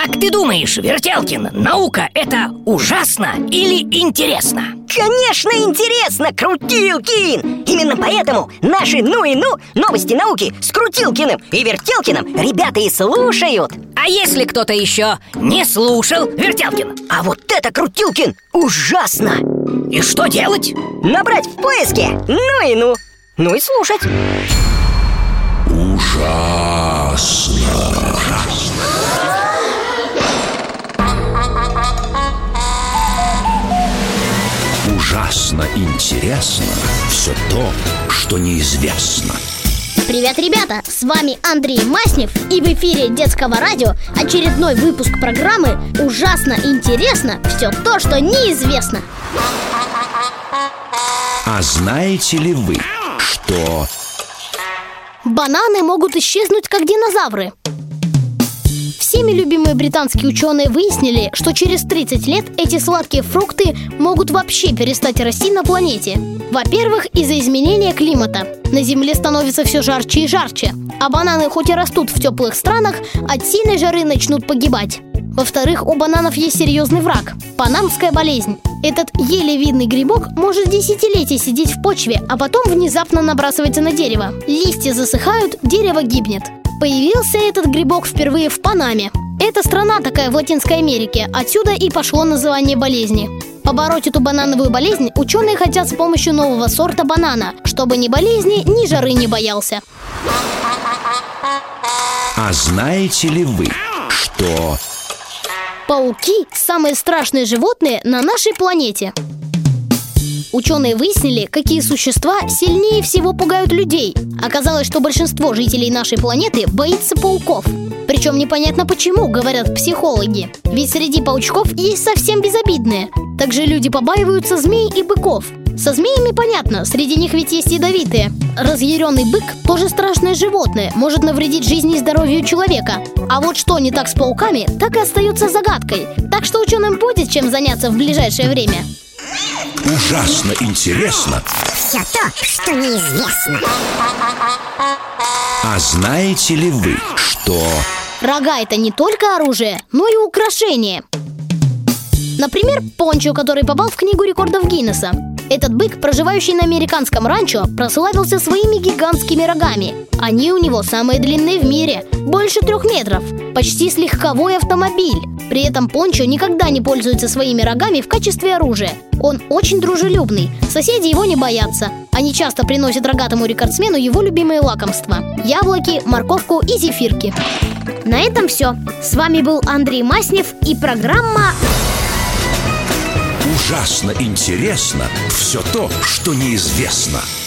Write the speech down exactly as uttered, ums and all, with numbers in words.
Как ты думаешь, Вертелкин, наука — это ужасно или интересно? Конечно, интересно, Крутилкин! Именно поэтому наши «Ну и ну» новости науки с Крутилкиным и Вертелкиным ребята и слушают. А если кто-то еще не слушал Вертелкина? А вот это, Крутилкин, ужасно! И что делать? Набрать в поиске «Ну и ну». Ну и слушать. Ужасно. Ужасно интересно все то, что неизвестно. Привет, ребята! С вами Андрей Маснев, и в эфире Детского радио очередной выпуск программы «Ужасно интересно все то, что неизвестно». А знаете ли вы, что... Бананы могут исчезнуть, как динозавры. Всеми любимые британские ученые выяснили, что через тридцать лет эти сладкие фрукты могут вообще перестать расти на планете. Во-первых, из-за изменения климата. На Земле становится все жарче и жарче, а бананы хоть и растут в теплых странах, от сильной жары начнут погибать. Во-вторых, у бананов есть серьезный враг – панамская болезнь. Этот еле видный грибок может десятилетия сидеть в почве, а потом внезапно набрасывается на дерево. Листья засыхают, дерево гибнет. Появился этот грибок впервые в Панаме. Это страна такая в Латинской Америке, отсюда и пошло название болезни. Побороть эту банановую болезнь ученые хотят с помощью нового сорта банана, чтобы ни болезни, ни жары не боялся. А знаете ли вы, что... Пауки – самые страшные животные на нашей планете. Ученые выяснили, какие существа сильнее всего пугают людей. Оказалось, что большинство жителей нашей планеты боится пауков. Причем непонятно почему, говорят психологи. Ведь среди паучков есть совсем безобидные. Также люди побаиваются змей и быков. Со змеями понятно, среди них ведь есть ядовитые. Разъяренный бык – тоже страшное животное, может навредить жизни и здоровью человека. А вот что не так с пауками, так и остается загадкой. Так что ученым будет чем заняться в ближайшее время. Ужасно интересно все то, что неизвестно. А знаете ли вы, что... Рога – это не только оружие, но и украшение. Например, пончо, который попал в книгу рекордов Гиннесса. Этот бык, проживающий на американском ранчо, прославился своими гигантскими рогами. Они у него самые длинные в мире, больше трех метров, почти с легковой автомобиль. При этом пончо никогда не пользуется своими рогами в качестве оружия. Он очень дружелюбный, соседи его не боятся. Они часто приносят рогатому рекордсмену его любимые лакомства – яблоки, морковку и зефирки. На этом все. С вами был Андрей Маснев и программа... Ужасно интересно все то, что неизвестно.